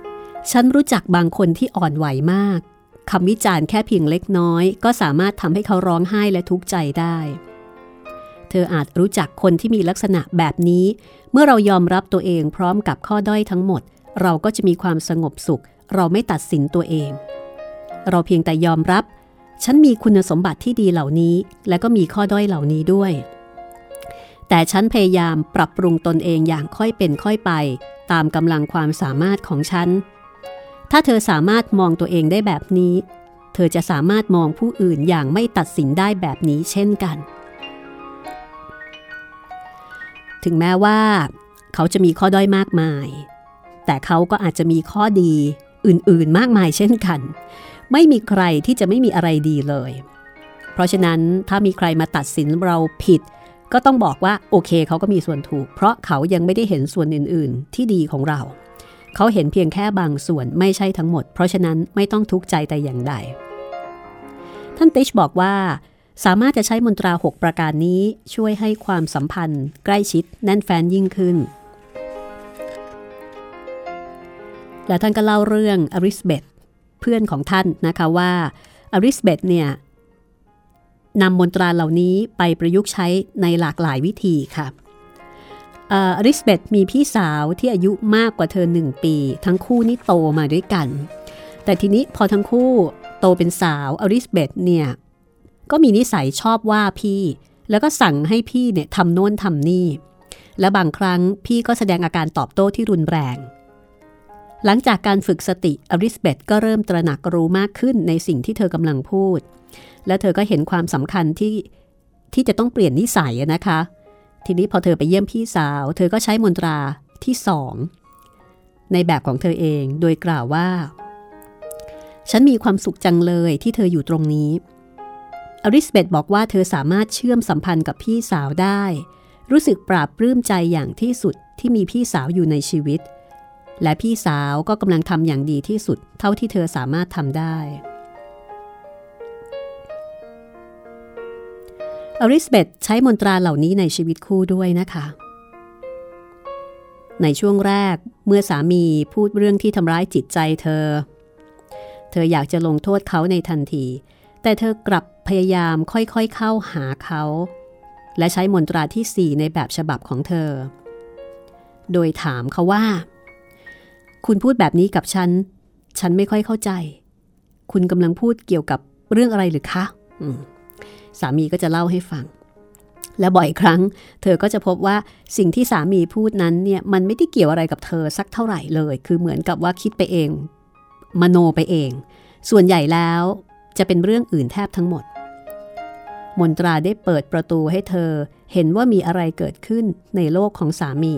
ฉันรู้จักบางคนที่อ่อนไหวมากคำวิจารณ์แค่เพียงเล็กน้อยก็สามารถทำให้เขาร้องไห้และทุกข์ใจได้เธออาจรู้จักคนที่มีลักษณะแบบนี้เมื่อเรายอมรับตัวเองพร้อมกับข้อด้อยทั้งหมดเราก็จะมีความสงบสุขเราไม่ตัดสินตัวเองเราเพียงแต่ยอมรับฉันมีคุณสมบัติที่ดีเหล่านี้และก็มีข้อด้อยเหล่านี้ด้วยแต่ฉันพยายามปรับปรุงตนเองอย่างค่อยเป็นค่อยไปตามกำลังความสามารถของฉันถ้าเธอสามารถมองตัวเองได้แบบนี้เธอจะสามารถมองผู้อื่นอย่างไม่ตัดสินได้แบบนี้เช่นกันถึงแม้ว่าเขาจะมีข้อด้อยมากมายแต่เขาก็อาจจะมีข้อดีอื่นๆมากมายเช่นกันไม่มีใครที่จะไม่มีอะไรดีเลยเพราะฉะนั้นถ้ามีใครมาตัดสินเราผิดก็ต้องบอกว่าโอเคเขาก็มีส่วนถูกเพราะเขายังไม่ได้เห็นส่วนอื่นๆที่ดีของเราเขาเห็นเพียงแค่บางส่วนไม่ใช่ทั้งหมดเพราะฉะนั้นไม่ต้องทุกข์ใจแต่อย่างใดท่านติชบอกว่าสามารถจะใช้มนตราหกประการนี้ช่วยให้ความสัมพันธ์ใกล้ชิดแน่นแฟ้นยิ่งขึ้นและท่านก็เล่าเรื่องอริสเบธเพื่อนของท่านนะคะว่าอริสเบธเนี่ยนำมนตราเหล่านี้ไปประยุกต์ใช้ในหลากหลายวิธีค่ะอริสเบธมีพี่สาวที่อายุมากกว่าเธอหนึ่งปีทั้งคู่นี่โตมาด้วยกันแต่ทีนี้พอทั้งคู่โตเป็นสาวอริสเบธเนี่ยก็มีนิสัยชอบว่าพี่แล้วก็สั่งให้พี่เนี่ยทำโน่นทำนี่และบางครั้งพี่ก็แสดงอาการตอบโต้ที่รุนแรงหลังจากการฝึกสติอริสเบธก็เริ่มตระหนักรู้มากขึ้นในสิ่งที่เธอกำลังพูดและเธอก็เห็นความสำคัญที่ที่จะต้องเปลี่ยนนิสัยนะคะทีนี้พอเธอไปเยี่ยมพี่สาวเธอก็ใช้มนตราที่สองในแบบของเธอเองโดยกล่าวว่าฉันมีความสุขจังเลยที่เธออยู่ตรงนี้อริสเบธบอกว่าเธอสามารถเชื่อมสัมพันธ์กับพี่สาวได้รู้สึกปราบปลื้มใจอย่างที่สุดที่มีพี่สาวอยู่ในชีวิตและพี่สาวก็กำลังทำอย่างดีที่สุดเท่าที่เธอสามารถทำได้อริสเบธใช้มนตราเหล่านี้ในชีวิตคู่ด้วยนะคะในช่วงแรกเมื่อสามีพูดเรื่องที่ทำร้ายจิตใจเธอเธออยากจะลงโทษเขาในทันทีแต่เธอกลับพยายามค่อยๆเข้าหาเขาและใช้มนตราที่สี่ในแบบฉบับของเธอโดยถามเขาว่าคุณพูดแบบนี้กับฉันฉันไม่ค่อยเข้าใจคุณกำลังพูดเกี่ยวกับเรื่องอะไรหรือคะสามีก็จะเล่าให้ฟังและบ่อยครั้งเธอก็จะพบว่าสิ่งที่สามีพูดนั้นเนี่ยมันไม่ได้เกี่ยวอะไรกับเธอสักเท่าไหร่เลยคือเหมือนกับว่าคิดไปเองมโนไปเองส่วนใหญ่แล้วจะเป็นเรื่องอื่นแทบทั้งหมดมนตราได้เปิดประตูให้เธอเห็นว่ามีอะไรเกิดขึ้นในโลกของสามี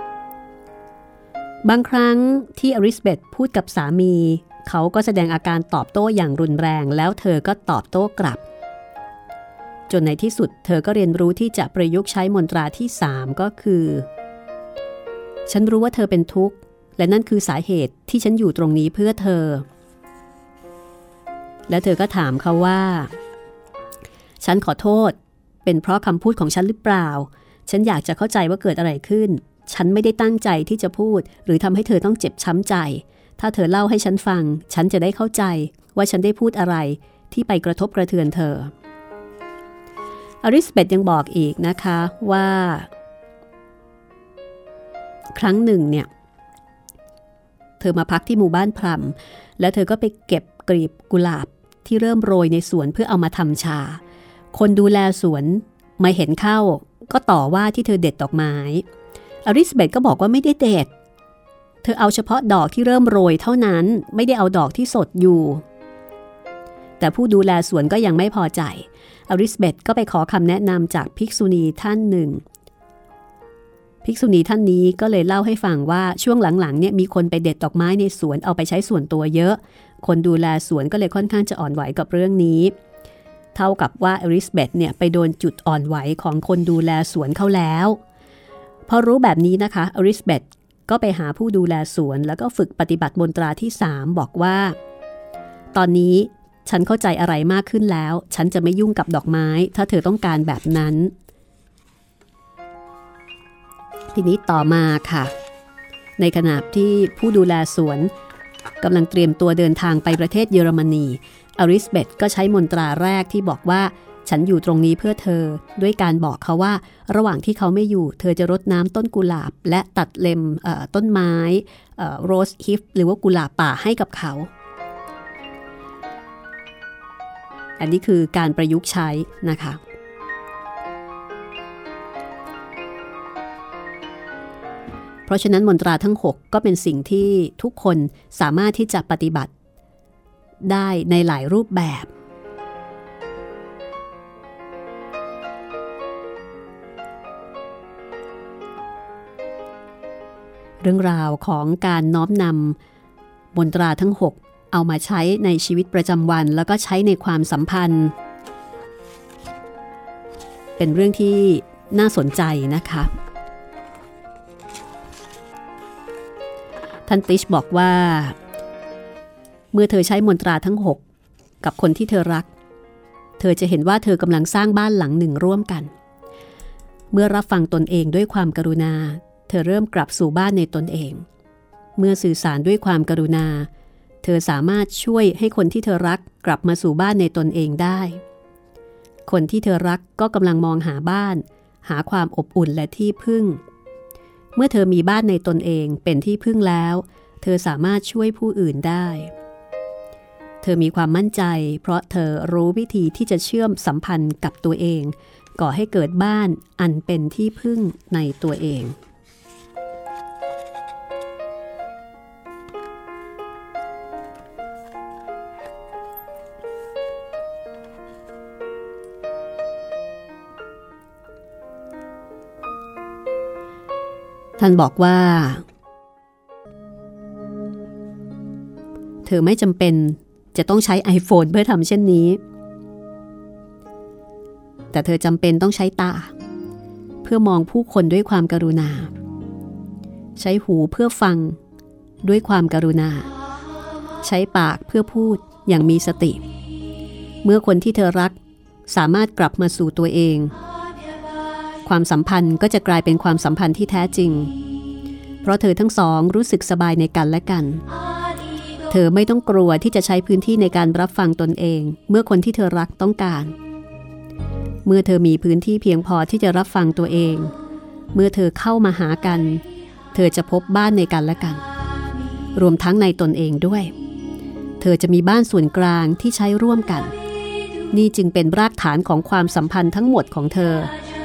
บางครั้งที่อริสเบธพูดกับสามีเขาก็แสดงอาการตอบโต้อย่างรุนแรงแล้วเธอก็ตอบโต้กลับจนในที่สุดเธอก็เรียนรู้ที่จะประยุกต์ใช้มนตราที่สามก็คือฉันรู้ว่าเธอเป็นทุกข์และนั่นคือสาเหตุที่ฉันอยู่ตรงนี้เพื่อเธอและเธอก็ถามเขาว่าฉันขอโทษเป็นเพราะคำพูดของฉันหรือเปล่าฉันอยากจะเข้าใจว่าเกิดอะไรขึ้นฉันไม่ได้ตั้งใจที่จะพูดหรือทำให้เธอต้องเจ็บช้ำใจถ้าเธอเล่าให้ฉันฟังฉันจะได้เข้าใจว่าฉันได้พูดอะไรที่ไปกระทบกระเทือนเธออริสเบธยังบอกอีกนะคะว่าครั้งหนึ่งเนี่ยเธอมาพักที่หมู่บ้านพลัมแล้วเธอก็ไปเก็บกลีบกุหลาบที่เริ่มโรยในสวนเพื่อเอามาทำชาคนดูแลสวนมาเห็นเข้าก็ต่อว่าที่เธอเด็ดดอกไม้อริสเบธก็บอกว่าไม่ได้เด็ดเธอเอาเฉพาะดอกที่เริ่มโรยเท่านั้นไม่ได้เอาดอกที่สดอยู่แต่ผู้ดูแลสวนก็ยังไม่พอใจอริสเบธก็ไปขอคำแนะนำจากภิกษุณีท่านหนึ่งภิกษุณีท่านนี้ก็เลยเล่าให้ฟังว่าช่วงหลังๆเนี่ยมีคนไปเด็ดดอกไม้ในสวนเอาไปใช้ส่วนตัวเยอะคนดูแลสวนก็เลยค่อนข้างจะอ่อนไหวกับเรื่องนี้เท่ากับว่าอริสเบธเนี่ยไปโดนจุดอ่อนไหวของคนดูแลสวนเขาแล้วพอรู้แบบนี้นะคะอริสเบธก็ไปหาผู้ดูแลสวนแล้วก็ฝึกปฏิบัติมนตราที่สามบอกว่าตอนนี้ฉันเข้าใจอะไรมากขึ้นแล้วฉันจะไม่ยุ่งกับดอกไม้ถ้าเธอต้องการแบบนั้นทีนี้ต่อมาค่ะในขณะที่ผู้ดูแลสวนกำลังเตรียมตัวเดินทางไปประเทศเยอรมนีอลิซาเบธก็ใช้มนตราแรกที่บอกว่าฉันอยู่ตรงนี้เพื่อเธอด้วยการบอกเขาว่าระหว่างที่เขาไม่อยู่เธอจะรดน้ำต้นกุหลาบและตัดเล็มต้นไม้โรสฮิฟหรือว่ากุหลาบป่าให้กับเขาอันนี้คือการประยุกต์ใช้นะคะเพราะฉะนั้นมนตราทั้งหกก็เป็นสิ่งที่ทุกคนสามารถที่จะปฏิบัติได้ในหลายรูปแบบเรื่องราวของการน้อมนำมนตราทั้งหกเอามาใช้ในชีวิตประจำวันแล้วก็ใช้ในความสัมพันธ์เป็นเรื่องที่น่าสนใจนะคะท่านติชบอกว่าเมื่อเธอใช้มนตราทั้งหกกับคนที่เธอรักเธอจะเห็นว่าเธอกำลังสร้างบ้านหลังหนึ่งร่วมกันเมื่อรับฟังตนเองด้วยความกรุณาเธอเริ่มกลับสู่บ้านในตนเองเมื่อสื่อสารด้วยความกรุณาเธอสามารถช่วยให้คนที่เธอรักกลับมาสู่บ้านในตนเองได้คนที่เธอรักก็กำลังมองหาบ้านหาความอบอุ่นและที่พึ่งเมื่อเธอมีบ้านในตนเองเป็นที่พึ่งแล้วเธอสามารถช่วยผู้อื่นได้เธอมีความมั่นใจเพราะเธอรู้วิธีที่จะเชื่อมสัมพันธ์กับตัวเองก่อให้เกิดบ้านอันเป็นที่พึ่งในตัวเองท่านบอกว่าเธอไม่จำเป็นจะต้องใช้ iPhone เพื่อทำเช่นนี้แต่เธอจำเป็นต้องใช้ตาเพื่อมองผู้คนด้วยความกรุณาใช้หูเพื่อฟังด้วยความกรุณาใช้ปากเพื่อพูดอย่างมีสติเมื่อคนที่เธอรักสามารถกลับมาสู่ตัวเองความสัมพันธ์ก็จะกลายเป็นความสัมพันธ์ที่แท้จริงเพราะเธอทั้งสองรู้สึกสบายในกันและกันเธอไม่ต้องกลัวที่จะใช้พื้นที่ในการรับฟังตนเองเมื่อคนที่เธอรักต้องการเมื่อเธอมีพื้นที่เพียงพอที่จะรับฟังตัวเองเมื่อเธอเข้ามาหากันเธอจะพบบ้านในกันและกันรวมทั้งในตนเองด้วยเธอจะมีบ้านส่วนกลางที่ใช้ร่วมกันนี่จึงเป็นรากฐานของความสัมพันธ์ทั้งหมดของเธอ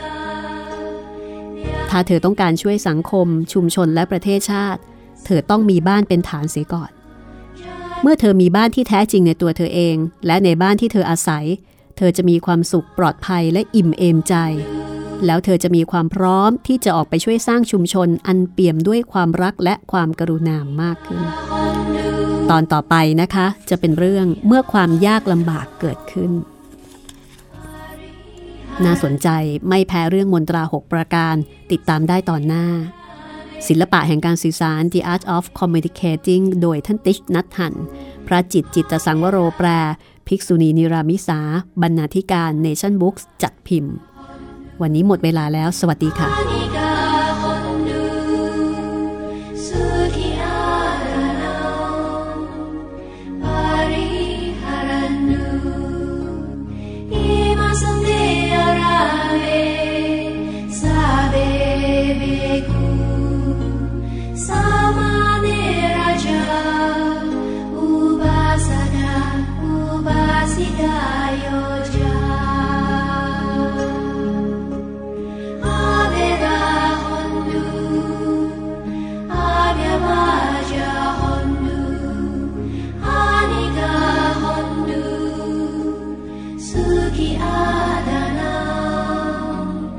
ถ้าเธอต้องการช่วยสังคมชุมชนและประเทศชาติเธอต้องมีบ้านเป็นฐานเสียก่อนเมื่อเธอมีบ้านที่แท้จริงในตัวเธอเองและในบ้านที่เธออาศัยเธอจะมีความสุขปลอดภัยและอิ่มเอมใจแล้วเธอจะมีความพร้อมที่จะออกไปช่วยสร้างชุมชนอันเปี่ยมด้วยความรักและความกรุณามากขึ้นตอนต่อไปนะคะจะเป็นเรื่องเมื่อความยากลำบากเกิดขึ้นน่าสนใจไม่แพ้เรื่องมนตราหกประการติดตามได้ตอนหน้าศิลปะแห่งการสื่อสาร The Art of Communicating โดยท่านติชนัทหันพระจิตจิตสังวโรแปลภิกษุณีนิรามิสาบรรณาธิการ Nation Books จัดพิมพ์วันนี้หมดเวลาแล้วสวัสดีค่ะ Suki Adana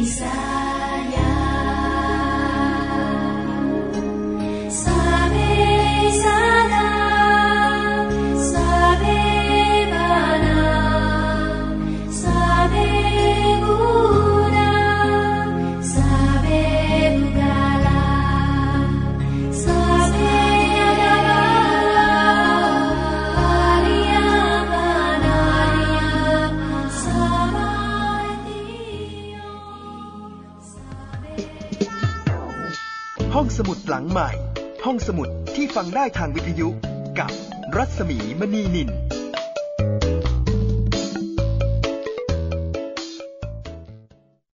ห้องสมุดหลังใหม่ห้องสมุดที่ฟังได้ทางวิทยุกับรัศมีมณีนิน